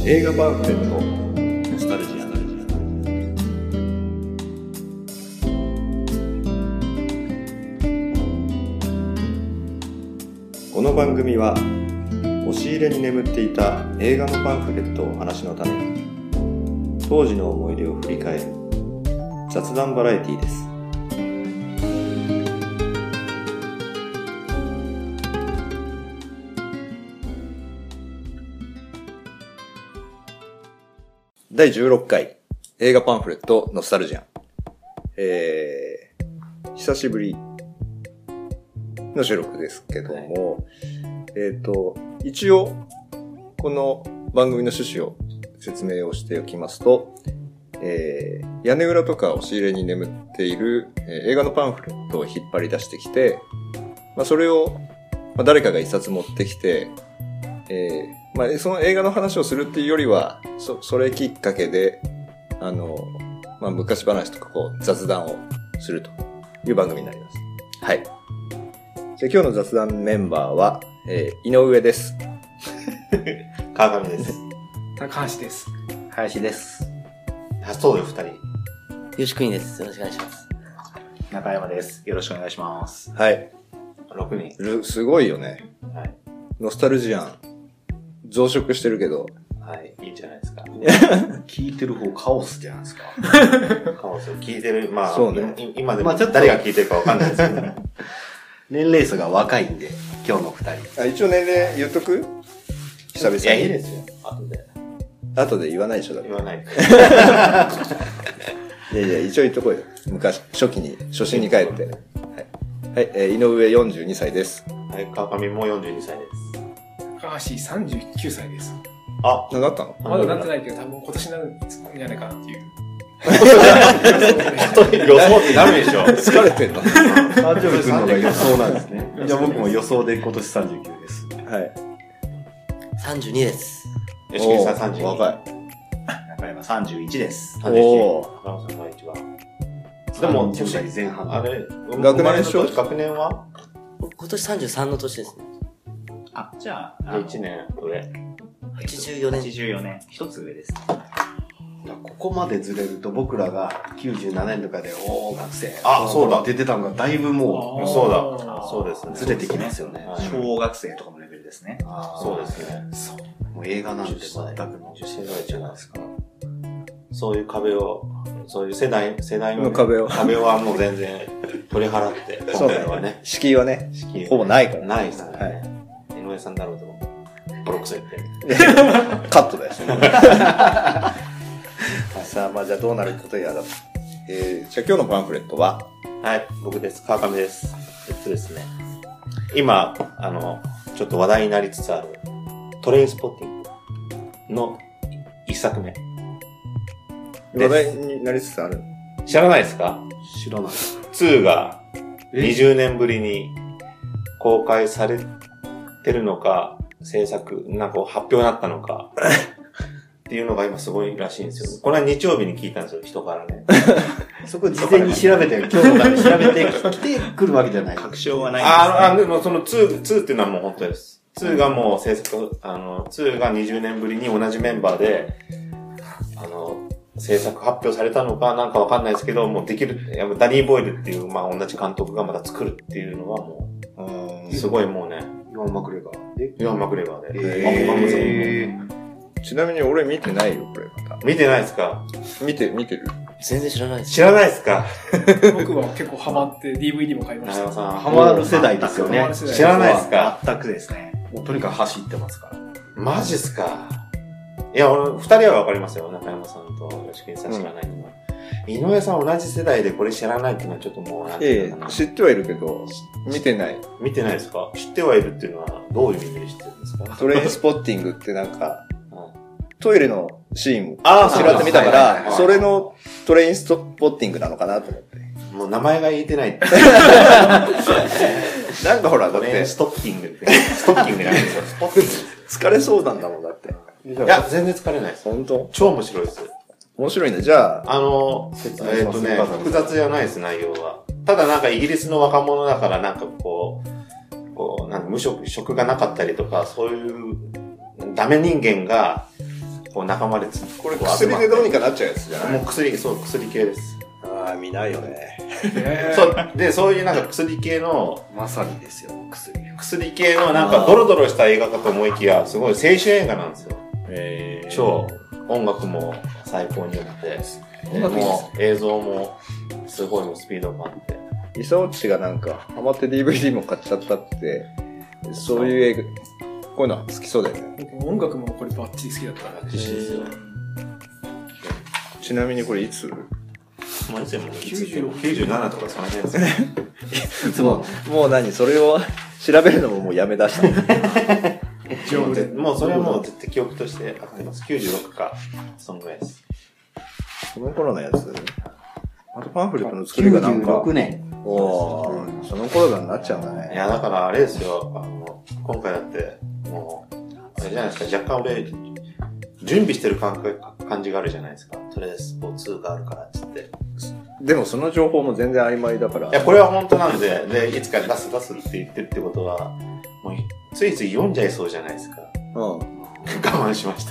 映画パンフレットノスタルジア。この番組は押し入れに眠っていた映画のパンフレットをお話の種に、当時の思い出を振り返る雑談バラエティです。第16回映画パンフレットノスタルジアン。久しぶりの収録ですけども、一応この番組の趣旨を説明をしておきますと、屋根裏とか押し入れに眠っている、映画のパンフレットを引っ張り出してきて、それを、誰かが一冊持ってきて、その映画の話をするっていうよりは、それきっかけで、昔話とか雑談をするという番組になります。はい。じゃあ今日の雑談メンバーは、井上です。 川上です。 高橋です。 林です。 そうよ、二人。 よしくんです。よろしくお願いします。 中山です。よろしくお願いします。 はい。 6人。 すごいよね。 はい。 ノスタルジアン。増殖してるけど。 はい、いいんじゃないですか。 聞いてる方カオスじゃないですか。 カオスを聞いてる、 そうね。 今でも誰が聞いてるかわかんないですけど、 年齢層が若いんで、今日の二人。 一応年齢言っとく？久々に。 いや、いいですよ。 後で言わないでしょ、だって。 言わない。 いや、一応言っとこうよ。初心に帰って。はい。井上42歳です。 はい、川上も42歳です。 高橋39歳です。 あ、なんかあったの？ まだなってないけど、多分今年になるんじゃないかなっていう。 予想ってなるでしょ。 疲れてんの？ 誕生日来るのが予想なんですね。じゃあ僕も予想で今年39です。 はい。 32です。 よしきさん32。 若い。 中山31です。 31。中山さんが一番。でも、 10代前半。 あれ、 学年でしょ？ 学年は今年33の年ですね。 あ、じゃあ、 1年上。 84年。 84年。一つ上です。ここまでずれると僕らが97年とかで、学生。 そうだ。 出てたのがだいぶもう、そうだ。そうですね。 ずれてきますよね。小学生とかのレベルですね。 そうですね。 そう。もう映画なんて全くもう 10世代じゃないですか。そういう壁を、そういう世代の壁はもう全然取り払って、 今回はね。敷居はね、ほぼないから。 ないですからね。井上さんだろうとも、ボロクソ言って。 カットだよ。さあ、じゃあどうなることやら。じゃあ今日のパンフレットは？ はい、僕です。川上です。ですね。今、ちょっと話題になりつつある、トレインスポッティングの一作目。 話題になりつつある？ 知らないですか？ 知らない。 2が20年ぶりに公開されてるのか、制作、発表になったのか、っていうのが今すごいらしいんですよ。これは日曜日に聞いたんですよ、人からね。 そこ事前に調べて、今日のために調べてきてくるわけじゃない。確証はないんですね。 でもその2っていうのはもう本当です。2がもう制作、2が20年ぶりに同じメンバーで、制作発表されたのかなんかわかんないですけど、もうできる、ダニー・ボイルっていう、同じ監督がまた作るっていうのはもう、すごいもうね、 ヨアン・マクレガーで。 ヨアン・マクレガーで。 ちなみに俺見てないよ、これまた。 見てないですか？ 見てる？ 全然知らないです。 知らないですか？ 僕は結構ハマって DVD も買いました。 ハマる世代ですよね。 知らないですか？ 全くですね。もうとにかく走ってますから。 マジっすか？いや、二人はわかりますよ。中山さんと吉木さん知らないのは。井上さん同じ世代でこれ知らないっていうのはちょっともう知ってはいるけど、見てない。 見てないですか？知ってはいるっていうのはどういう意味で知ってるんですか？ トレインスポッティングってトイレのシーンもちらっと見たから、それのトレインスポッティングなのかなと思って。 もう名前が言えてないって。 なんかほら、だって。 ストッキングって。ストッキングじゃないですよ。スポッティング。 疲れそうなんだもん、だって。 いや、全然疲れないです。 本当？ 超面白いです。 面白いね。じゃあ。 複雑じゃないです、内容は。ただイギリスの若者だから無職がなかったりとか、そういうダメ人間が、 こう仲間でこれ薬でどうにかなっちゃうやつじゃない？ もう薬系です。 ああ、見ないよね。 そういうなんか薬系の、 まさにですよ、 薬系のなんかドロドロした映画かと思いきや、すごい青春映画なんですよ。超、音楽も最高に良くて、もう映像もすごいもうスピード感あって。 イサオッチがなんか、ハマって DVD も買っちゃったって、そういう映画、こういうのは好きそうだよね。 音楽もこれバッチリ好きだったからね。 ですよ。 ちなみにこれいつ？ もういつでも97とかその辺ですね。 いつも。もう何それを調べるのももうやめ出した。 もうそれはもう絶対記憶としてわかります。96か、そんぐらいです。 その頃のやつ。あとパンフレットの作りがなんか。 96年。 おー、その頃がになっちゃうんだね。 いや、だからあれですよ、今回だって、もう、あれじゃないですか、若干俺、準備してる感じがあるじゃないですか。とりあえずスポーツがあるからっつって。 でもその情報も全然曖昧だから。 いや、これは本当なんで、いつか出すって言ってるってことは、もう、ついつい読んじゃいそうじゃないですか。 うん。 我慢しました。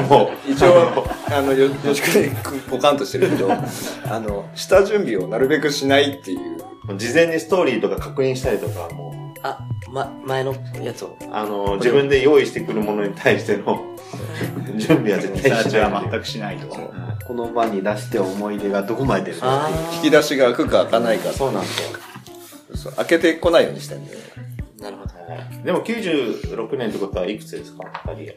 もう、 一応、よしくんポカンとしてるけど、下準備をなるべくしないっていう。 事前にストーリーとか確認したりとか、もう。 前のやつを。 自分で用意してくるものに対しての準備は絶対しない。 は全くしないと。 この場に出して思い出がどこまで出るかっていう。 引き出しが開くか開かないか。 そうなんですよ。 そう開けてこないようにしてるんだよね。 なるほど。 でも96年ってことはいくつですか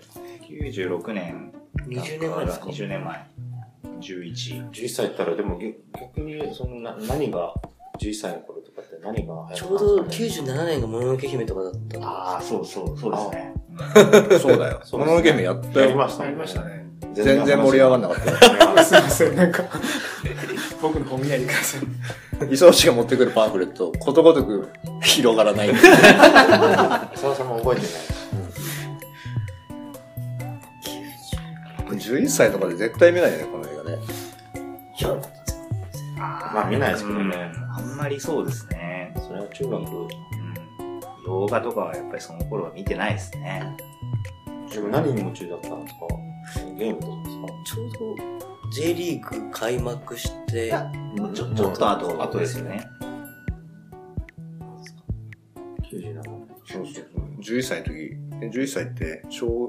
96年。 20年前ですか ?20 年前。11。 11歳ったら、でも逆に、何が、11歳の頃とかって何がちょうど97年がもののけ姫とかだったんで。 ああ、そうですね。 そうだよ。もののけ姫やったよ。 やりましたありましたね。 全然盛り上がんなかったよ。 すいません、なんか、僕の方見ないでください。 磯押しが持ってくるパンフレット、ことごとく広がらない。 沢さんも覚えてない。 11歳とかで絶対見ないよね、この映画ね。 いや、 まあ見ないですけどね。 あんまりそうですね。 それは中学。 洋画とかはやっぱりその頃は見てないですね。 でも何に夢中だったんですか？ゲームとかですか？ ちょうど J リーグ開幕して、 ちょっと後ですよね。 97年。 そうそう。11歳の時、11歳って小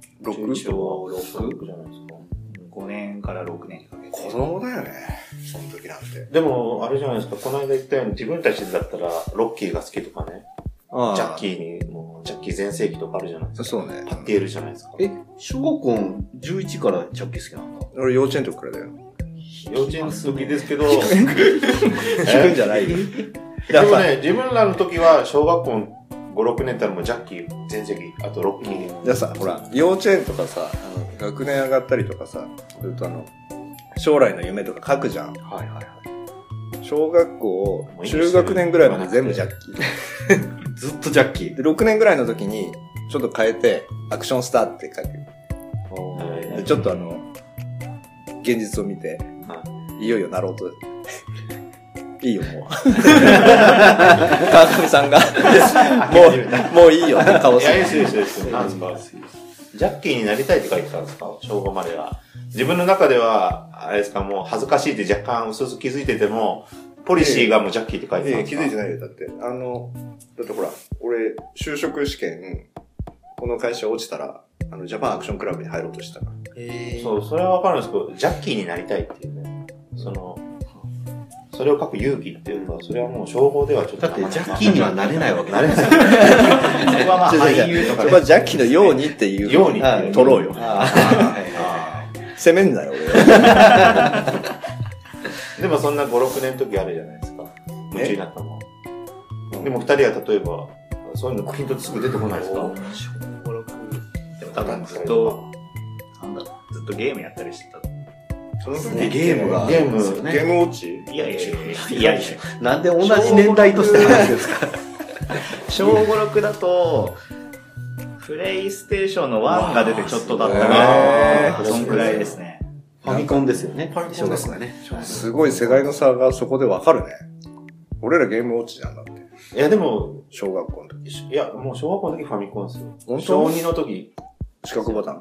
6? 小6じゃないですか。 5年から6年にかけて。 子供だよね。その時なんて。 でも、あれじゃないですか、この間言ったように自分たちだったら、ロッキーが好きとかね。ジャッキーに、もう、ジャッキー全盛期とかあるじゃないですか。 そうね。 パッティエルじゃないですか。 小学校11からジャッキー好きなんだ。 俺幼稚園の時からだよ。 幼稚園の時ですけど、 聞くんじゃないよ。 でもね、自分らの時は、小学校5、6年たらもうジャッキー全盛期、あとロッキー。 じゃあさ、ほら、幼稚園とかさ、学年上がったりとかさ、それと将来の夢とか書くじゃん。 はいはいはい。 小学校、中学年ぐらいまで全部ジャッキー。 ずっとジャッキー。 で、6年ぐらいの時に、ちょっと変えて、アクションスターって書く。でちょっと現実を見て、いよいよなろうと。いいよ、もう。川上さんが、もういいよって顔する。 いや、いいです。なんですか？ジャッキーになりたいって書いてたんですか？小5までは。自分の中では、あれですか、もう恥ずかしいって若干薄々気づいてても、ポリシーがもうジャッキーって書いてたんですか？ 気づいてないよ。だって、だってほら、俺、就職試験、この会社落ちたら、ジャパンアクションクラブに入ろうとしたから。 そう、それはわかるんですけど、ジャッキーになりたいっていうね。それを書く勇気っていうか、それはもう称号ではちょっと。 だってジャッキーにはなれないわけなれない。そこはまあ俳優とかそこはジャッキーのようにっていう。 ように取ろうよ。攻めんなよ、俺。 でもそんな5、6年の時あるじゃないですか。夢中になったの。でも2人は例えば、そういうのピンとすぐ出てこないですか？ 小5、6。でも多分ずっとゲームやったりしてた。 その時ゲームが。 ゲームウォッチいや。 なんで同じ年代として話すんですか？ 小5、6だと、プレイステーションの1が出てちょっとだったら、そんくらいですね。 ファミコンですよね。 ファミコンですね。 すごい世代の差がそこでわかるね。俺らゲームウォッチなんだって。 いやでも、 小学校の時。 いや、もう小学校の時ファミコンですよ。 本当？ 小2の時。 四角ボタン。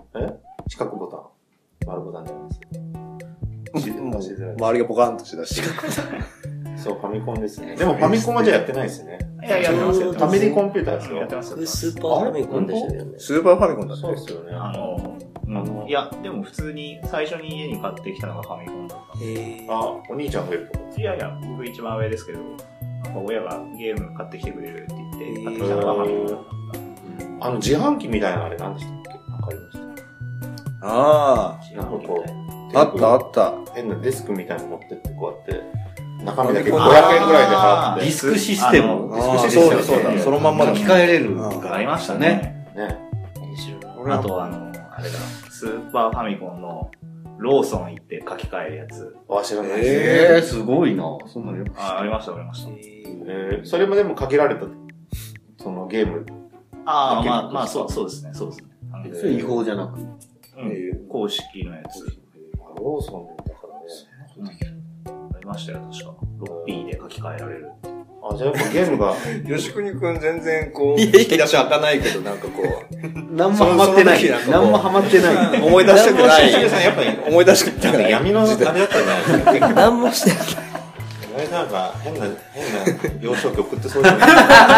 四角ボタン。丸ボタンじゃないですか。 もう周りがポカンとしだして。 そう、ファミコンですね。でもファミコンはじゃやってないですね。 いや、やってますよ。 ファミリーコンピューターですよ。 やってますよ。 スーパーファミコンでしたよね。 スーパーファミコンだったそうですよね。 いや、でも普通に最初に家に買ってきたのがファミコンだったんで。 へー。 あ、お兄ちゃんがいるとこ。 いやいや、僕一番上ですけど、なんか親がゲーム買ってきてくれるって言って、買ってきたのがファミコンだった。 自販機みたいなのあれ何でしたっけ？わかりました。 あなんかこう、 あ、あったあった。 変なデスクみたいに持ってってこうやって、中身だけ500円ぐらいで払って。 ディスクシステム。 ああ、そうだそうだ。そのまんまだ。 書き換えれるありましたね。 ね。 あとあれだ、スーパーファミコンのローソン行って書き換えるやつ。 知らないです。 すごいな。そんなのよくありました、ありました。 それもでも限られた、そのゲーム。 まあ、そうですね、そうですね。 それ違法じゃなく。 公式のやつ。 ローソンだからね。 ありましたよ、確か。6P で書き換えられる。 じゃあやっぱゲームが。 吉国くん全然こう、引き出し開かないけど、なんかこう。 何もハマってない。何もハマってない。 思い出しててない。 やっぱり思い出しててない。 闇のあれだったんじゃないですか。 何もしてない。 お前なんか変な幼少期送ってそうじゃない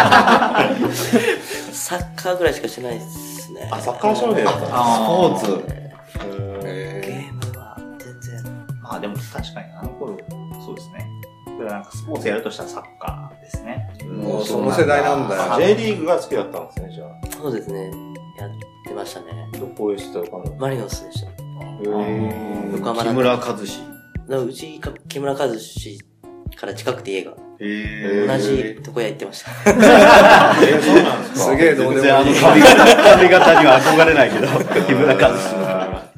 サッカーぐらいしかしてないですね。 サッカー少年だったんですスポーツ。 ゲームは全然。 まあでも確かにあの頃、そうですね。だからなんかスポーツやるとしたらサッカーですね。 もうその世代なんだよ。 J リーグが好きだったんですね、じゃあ。 そうですね。やってましたね。 どこへしてたかな。 マリノスでした。 木横浜村和志。 うち、木村和志から近くて家が。 同同じとこ屋行ってました。 そうなんですか。 すげえどうでもいい。 髪型には憧れないけど、木村和志の。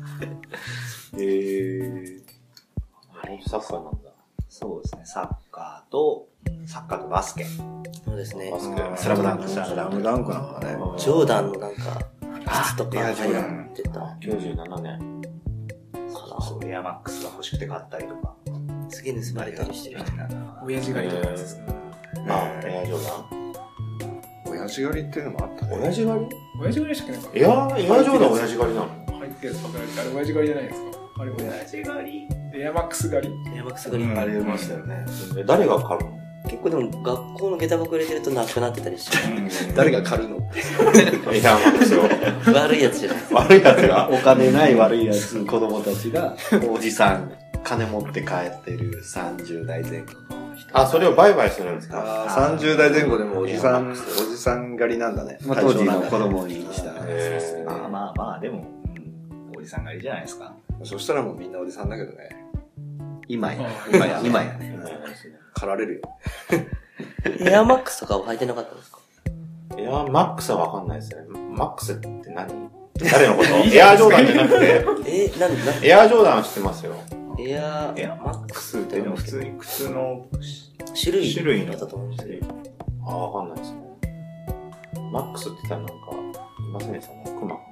サッカーなんだ。 そうですね、サッカーとバスケ。 そうですね。 スラムダンク。 スラムダンクなんかね。 ジョーダンのなんか、靴とか入ってた。 97年。 そう、エアマックスが欲しくて買ったりとか。 すげえ盗まれたりしてる人なんだ。 親父狩りとかやつですね。 エアジョーダン。 親父狩りっていうのもあったね。 親父狩り親父狩りでしたっけなんか。 エアジョーダン親父狩りなの？ 入ってるやつばかりあれ親父狩りじゃないですか。あれ親父狩り。エアマックス狩り。 エアマックス狩り。 ありましたよね。 誰が買うの？ 結構でも学校の下駄箱入れてるとなくなってたりして。 誰が狩るの？ エアマックスを。 悪いやつじゃない。 悪いやつが。 お金ない悪いやつ、子供たちが、おじさん、金持って帰ってる30代前後の人。 それを売買するんですか ？30代前後でもおじさん狩りなんだね。 まあ当時の子供にした。 まあ、でも、おじさん狩りじゃないですか。 そしたらもうみんなおじさんだけどね。 今やね。 狩られるよ。 エアマックスとかは履いてなかったんですか？ エアマックスはわかんないですね。マックスって何？誰のこと？エアジョーダンじゃなくて。 なんエアジョーダンは知ってますよ。 エアマックスってでも普通に靴の種類のだと思うんですけど。 わかんないですね。マックスって言ったらなんか、いませんでしたね。クマなんか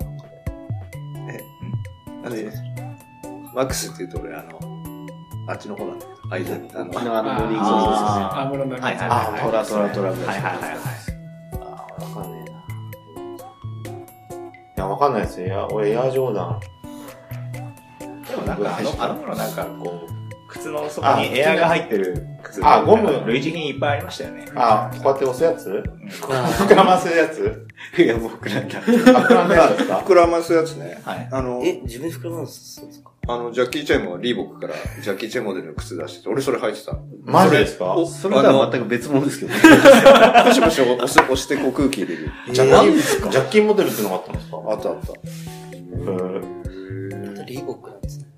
で。 マックスって言うと俺あっちの方なんだけど。 沖縄のボディーソーですね。 アムロのはい。 トラぐらい。 はい。 わかんねえな。いや、わかんないですよ。俺エアジョーダン。 でもなんかあの頃なんかこう、靴の底にエアが入ってる靴ゴム類似品いっぱいありましたよね。 こうやって押すやつ？膨らますやつ？ いや、僕なんだ。 膨らむやつですか？ 膨らますやつね。 はい。 自分で膨らますそうですか？ ジャッキー・チェンもリーボックからジャッキー・チェンモデルの靴出してて、俺それ履いてた。 マジですか？ それとは全く別物ですけどね。 プシュプシュ押してこう空気入れる。 ジャッキーモデルってのがあったんですか？ あった。 リーボックなんですね。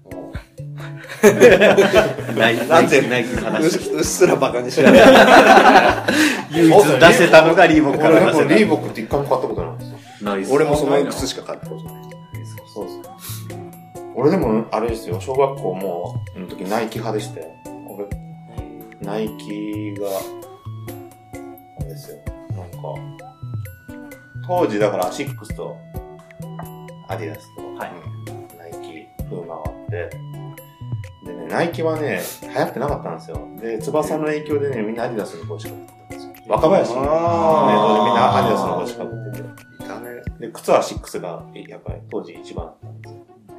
なんでナイキの話。 うっすらバカにしない。 唯一出せたのがリーボックから出せた。 リーボックって一回も買ったことないんですよ。 ナイス。 俺もその靴しか買ったことない。 そうそう。俺でも、あれですよ、小学校も、の時ナイキ派でして、俺、ナイキが、あれですよ、なんか、当時だからアシックスと、アディダスと、ナイキ、風磨があって、でね、ナイキはね、流行ってなかったんですよ。で、翼の影響でね、みんなアディダスの帽子かぶってたんですよ。若林ね、当時みんなアディダスの帽子かぶってて。いたね。で、靴はアシックスが、やっぱり当時一番だったんで。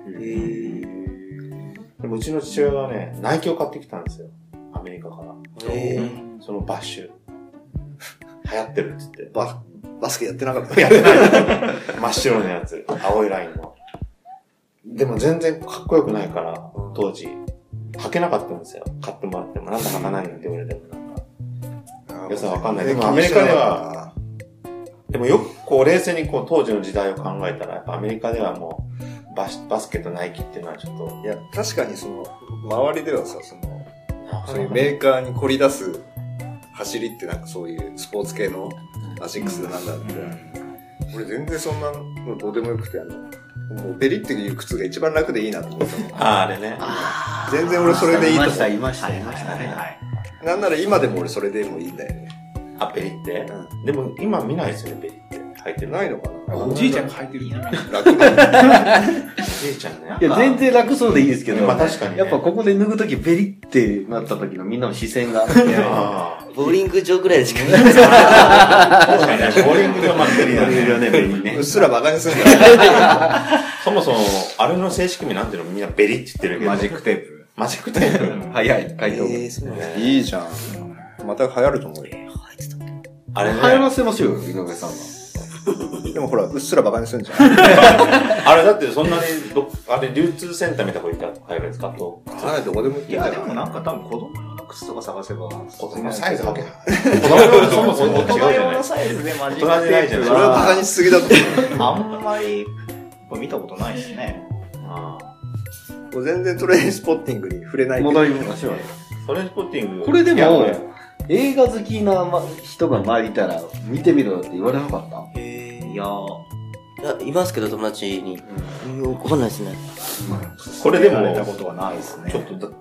でもうちの父親がね、ナイキを買ってきたんですよ。アメリカから。そのバッシュ。流行ってるって言って。 バスケやってなかった。 やってない。真っ白のやつ。青いラインの。でも全然かっこよくないから、当時。履けなかったんですよ。買ってもらっても。なんで履かないのって言われてもなんか。良さわかんない。でもアメリカでは、でもよくこう冷静にこう当時の時代を考えたら、やっぱアメリカではもうバスケとナイキっていうのはちょっと。 いや、確かにその、周りではさ、そういうメーカーに凝り出す走りってなんかそういうスポーツ系のアシックスでなんだって。俺全然そんなのどうでもよくて、もうベリっていう靴が一番楽でいいなと思ってたの。 あれね。 全然俺それでいいと思う。 いましたね。 なんなら今でも俺それでもいいんだよね。 あ、ベリって、でも今見ないですよね、ベリって。履いてないのかな。 おじいちゃんが履いてる楽だよ。 おじいちゃんね。 いや、全然楽そうでいいですけど。 まあ確かに、ね。 やっぱここで脱ぐときベリってなった時のみんなの視線が。 ボーリング場ぐらいでしか見ない。確かにね、ボーリング場までベリだね。 ベリね。 うっすらバカにするんだそもそも、あれの正式名なんていうのみんなベリって言ってるけど。 マジックテープ。 マジックテープ。 早い、回答。 いいじゃん。また流行ると思うよ。 あれね。 流行らせましょうよ、井上さんが。 でもほら、うっすらバカにするんじゃん。 あれだってそんなに、あれ流通センターみたいなとこ行ったら入るんですかと。 はい、どこでも行っていや、でもなんか多分子供用の靴とか探せば。 子供のサイズはけ。 子供用のそもそも違うじゃない。サイズでマジックテープそれはバカにしすぎだと思う。 あんまり見たことないですね。 もう全然トレインスポッティングに触れない。 戻りましょう。 トレインスポッティング。 これでも、映画好きな人が周りいたら見てみろって言われなかった？ いや、いますけど友達に。わかんないですね。 これでも、 たことはないですね。 ちょっとだって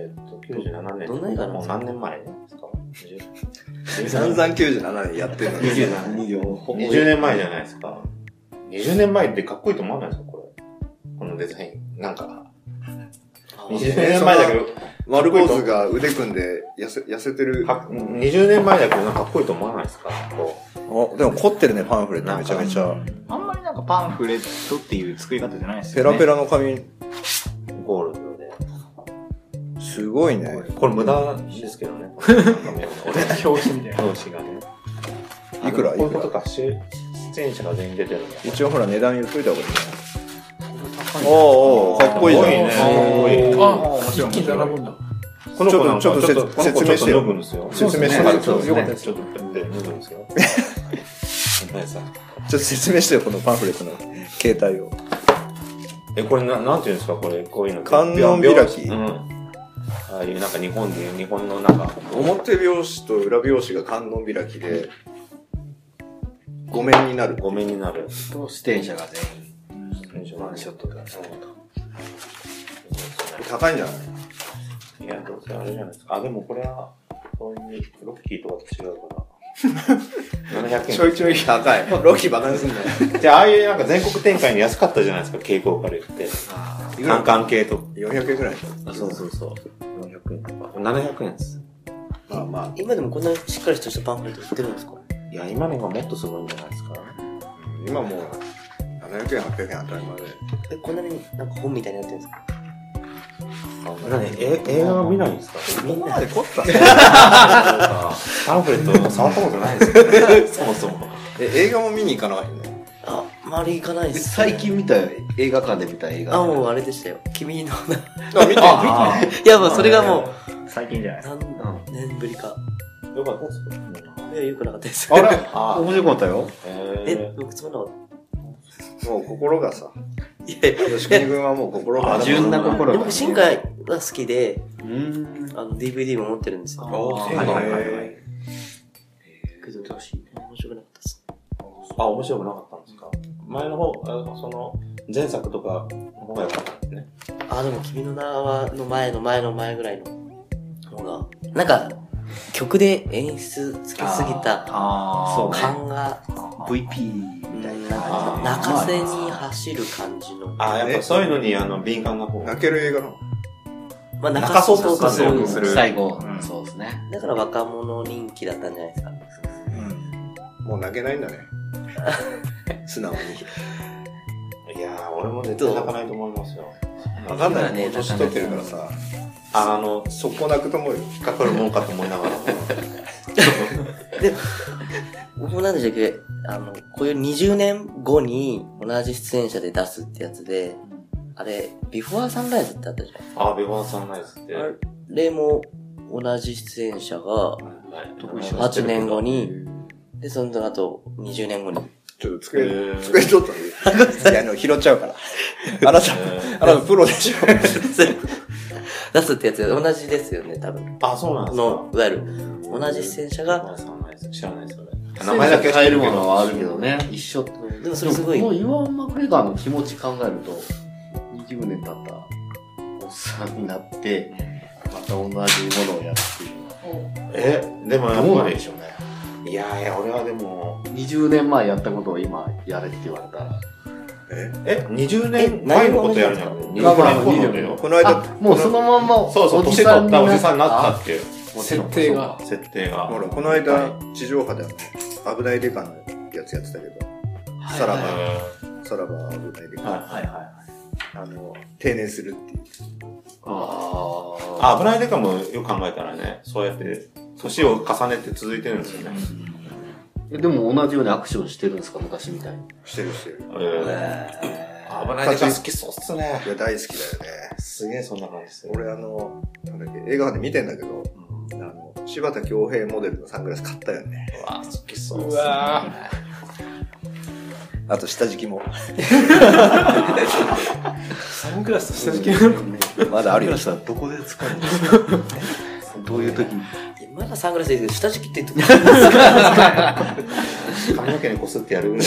、97年。 どんな映画なんですか？ もう何年前ですか？ 散々97年やってるのに。 20年前じゃないですか。20年前ってかっこいいと思わないですかこれ。このデザイン。なんか。20年前だけど。 丸坊主が腕組んで痩せてる。 20年前だけどなんかかっこいいと思わないですかでも凝ってるね、パンフレットめちゃめちゃ。 あんまりなんかパンフレットっていう作り方じゃないですよね。ペラペラの紙。 ゴールドで。 すごいね。 これ無駄ですけどね。 表紙みたいな。 表紙がね。 いくらこういうことか、出演者が全員出てるんだ。 一応ほら値段言っといた方がいいね。おー、かっこいいじゃん。 ね。 一気に並ぶんだ。 この子なんかちょっと説明してよ。説明してよ。 よかったです。 ちょっと脱ぐんですよ。 ちょっと説明してよ、このパンフレットの形態を。 これなんていうんですかこれ、こういうの。 観音開き。 ああいうなんか日本のなんか。 表表紙と裏表紙が観音開きで、5面になる。 5面になる。 と、出演者が全員。 ワンショットで。 高いんじゃないいや、どうせあれじゃないですか。あ、でもこれは、そういうロッキーとかと違うから。700円。 ちょいちょい高い。ロッキーバカにすんだよ。 じゃあ、ああいうなんか全国展開に安かったじゃないですか、蛍光から言って。カンカン系と。 400円くらい。 そう。400円とか。700円です。 まあまあ。 今でもこんなしっかりとしたパンフレット売ってるんですか？ いや、今のがもっとすごいんじゃないですか。 今もう、700円、800円当たり前で。 こんなになんか本みたいになってるんですか？ 映画は見ないんですか？ みんなで凝ったパンフレット触ったことないですよね。そもそも。 映画も見に行かないの？ あ、周り行かないです、ね。 最近見た映画館で見た映画。 もうあれでしたよ。君の名。 見ていや、もうそれがもう、 最近じゃないですか。 何年ぶりか。 よかったですか？ いや、よくなかったです。 あれ面白かったよ。 僕つまんなかった。 もう心がさ。 いやいや、 吉国君はもう心が。 純な心が。 僕、新海は好きで、DVD も持ってるんですよ。 はい。 けど、面白くなかったです。 あ、面白くなかったんですか？前の方、その、前作とかの方が良かったんですね。 でも、君の名はの前ぐらいの方が、なんか、曲で演出つけすぎた感が、 VP みたいな。 泣かせに走る感じの。 やっぱそういうのに敏感な方。 泣ける映画の。 まあ、泣かそうとする。 最後。そうですね。 だから若者人気だったんじゃないですか。 もう泣けないんだね。素直に。 いやー、俺も絶対泣かないと思いますよ。 わかんないね。年取ってるからさ。そこ泣くと思うよ。 引っかかるもんかと思いながら。 で、僕もなんでしたっけ、こういう20年後に同じ出演者で出すってやつで、あれ、ビフォーサンライズってあったじゃん。 あ、ビフォーサンライズって。 あれも同じ出演者が、8年後に、で、その後20年後に。 ちょっと机取ったんで。いや、拾っちゃうから。あなたプロでしょ。 出すってやつが同じですよね、多分。 あ、そうなんですか。 いわゆる、同じ出演者が。 知らないですよね。 名前だけ変えるものはあるけどね。一緒。 でもそれすごい。 もうイワン・マクレガーの気持ち考えると、20年経ったおっさんになって、また同じものをやってる。 でもやっぱり。 どうなんでしょうね。 いやいや、俺はでも。 20年前やったことを今やれって言われたら。 20年前のことやるじゃん。 20年後この間。 もうそのまんま、 そうそう、年取ったおじさんになったっていう。 設定が。 ほら、この間、地上波で危ないデカのやつやってたけど、さらば危ないデカ。 はいはい。 定年するっていう。 危ないデカもよく考えたらね、そうやって、年を重ねて続いてるんですよね。 でも同じようにアクションしてるんですか、昔みたいに。 してる。 危ないデカ好きそうっすね。 いや、大好きだよね。 すげえそんな感じです俺なんだっけ、映画館で見てんだけど、柴田恭平モデルのサングラス買ったよね。 うわ好きそう。 うわあと下敷きも。 サングラスと下敷きなのまだあるよ。 どこで使うんですかどういう時にまだサングラスでいいけど、下敷きって言って髪の毛にこすってやるぐらい。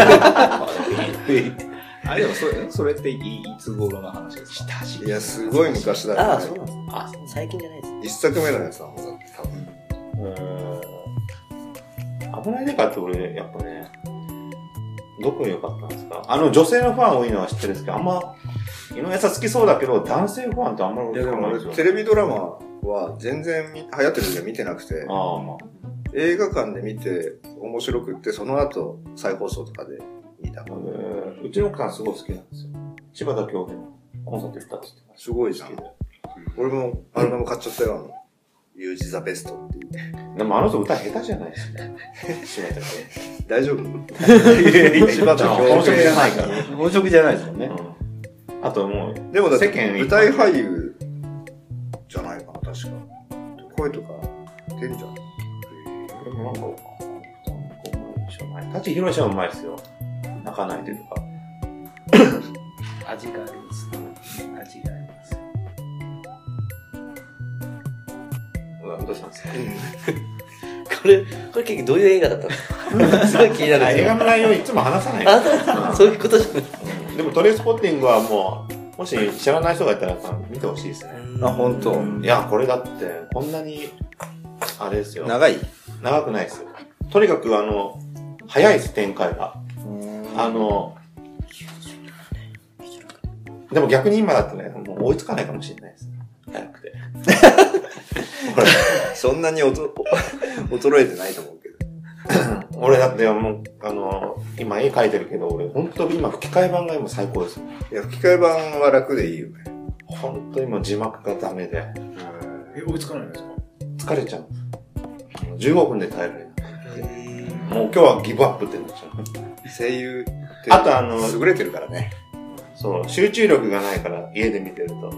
あれでもそれっていつ頃の話ですか？ いや、すごい昔だよね。 ああ、そうなんですあ、最近じゃないです。 一作目のやつだもん、だって多分。危ないデカって俺、やっぱね、どこが良かったんですか？女性のファン多いのは知ってるんですけど、あんま、井上さん好きそうだけど、男性ファンってあんまりいや、でも俺、テレビドラマは全然流行ってる時は見てなくて、映画館で見て面白くって、その後再放送とかで見た。 うちの奥さんすごい好きなんですよ。柴田恭平のコンサート行ったって言ってました。 すごいじゃん。俺もアルバム買っちゃったよ、ユージ・ザ・ベストっていう。 でもあの人歌下手じゃないですね。柴田恭平。 大丈夫？柴田恭平じゃないから。 本職じゃないですもんね。 あともう、 でもだって舞台俳優じゃないかな、確か。声とか出んじゃん。 でもなんか、舘ひろしはうまいですよ。泣かないでとか。 味がありますね。味があります。 どうしたんですか？ これ結局どういう映画だったの？すごい気になる。 映画の内容いつも話さない。 そういうことじゃない。 でもトレインスポッティングはもう、もし知らない人がいたら見てほしいですね。 あ、本当。 いや、これだって、こんなに、あれですよ。 長くないですよ。とにかく早いです、展開が。でも逆に今だとね、もう追いつかないかもしれないです。早くて。 そんなに衰えてないと思うけど。 俺だってもう、今絵描いてるけど、俺本当に今吹き替え版が今最高です。 いや、吹き替え版は楽でいいよね。 本当にもう字幕がダメで。 追いつかないんですか？ 疲れちゃう。15分で耐えられない。もう今日はギブアップってなっちゃう。 声優って、 あと優れてるからね。 そう、集中力がないから家で見てると。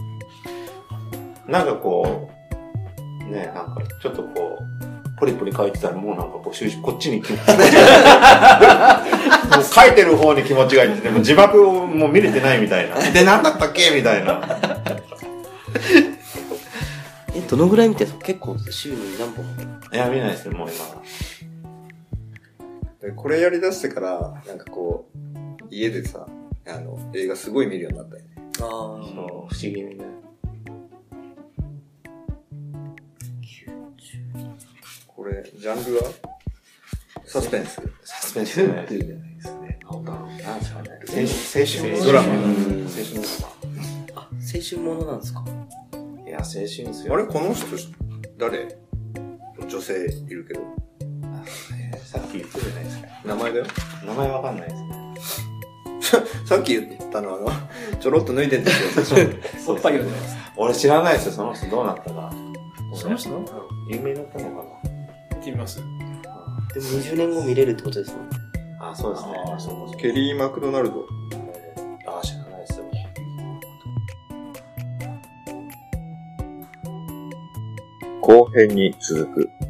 なんかこう、ね、なんかちょっとこう、ポリポリ書いてたらもうなんかこう、こっちに気持ちがいって。もう書いてる方に気持ちがいって、でも字幕をもう見れてないみたいな。で、なんだったっけみたいな。 どのぐらい見てるの？結構週に何本も。 いや、見ないですよ、もう今。これやり出してから、なんかこう、家でさ、映画すごい見るようになったよね。 ああ。 そう、不思議にね。 これ、ジャンルはサスペンス。 サスペンスね。 っていうじゃないですね。 なんですかね。青春ドラマ。 青春ドラマ。 青春ものなんですか？ いや、青春ですよ。 あれこの人、誰？女性いるけど。 さっき言ったじゃないですか。 名前だよ。 名前わかんないですね。 さっき言ったのちょろっと脱いでんですよ。 おっぱい読んでます。 俺知らないですよ、その人どうなったか。 その人有名になったのか見てみます。 でも20年後見れるってことですもんね。 な。あ、そうですね。そうケリー・マクドナルド。 あ、知らないですよ。 後編に続く。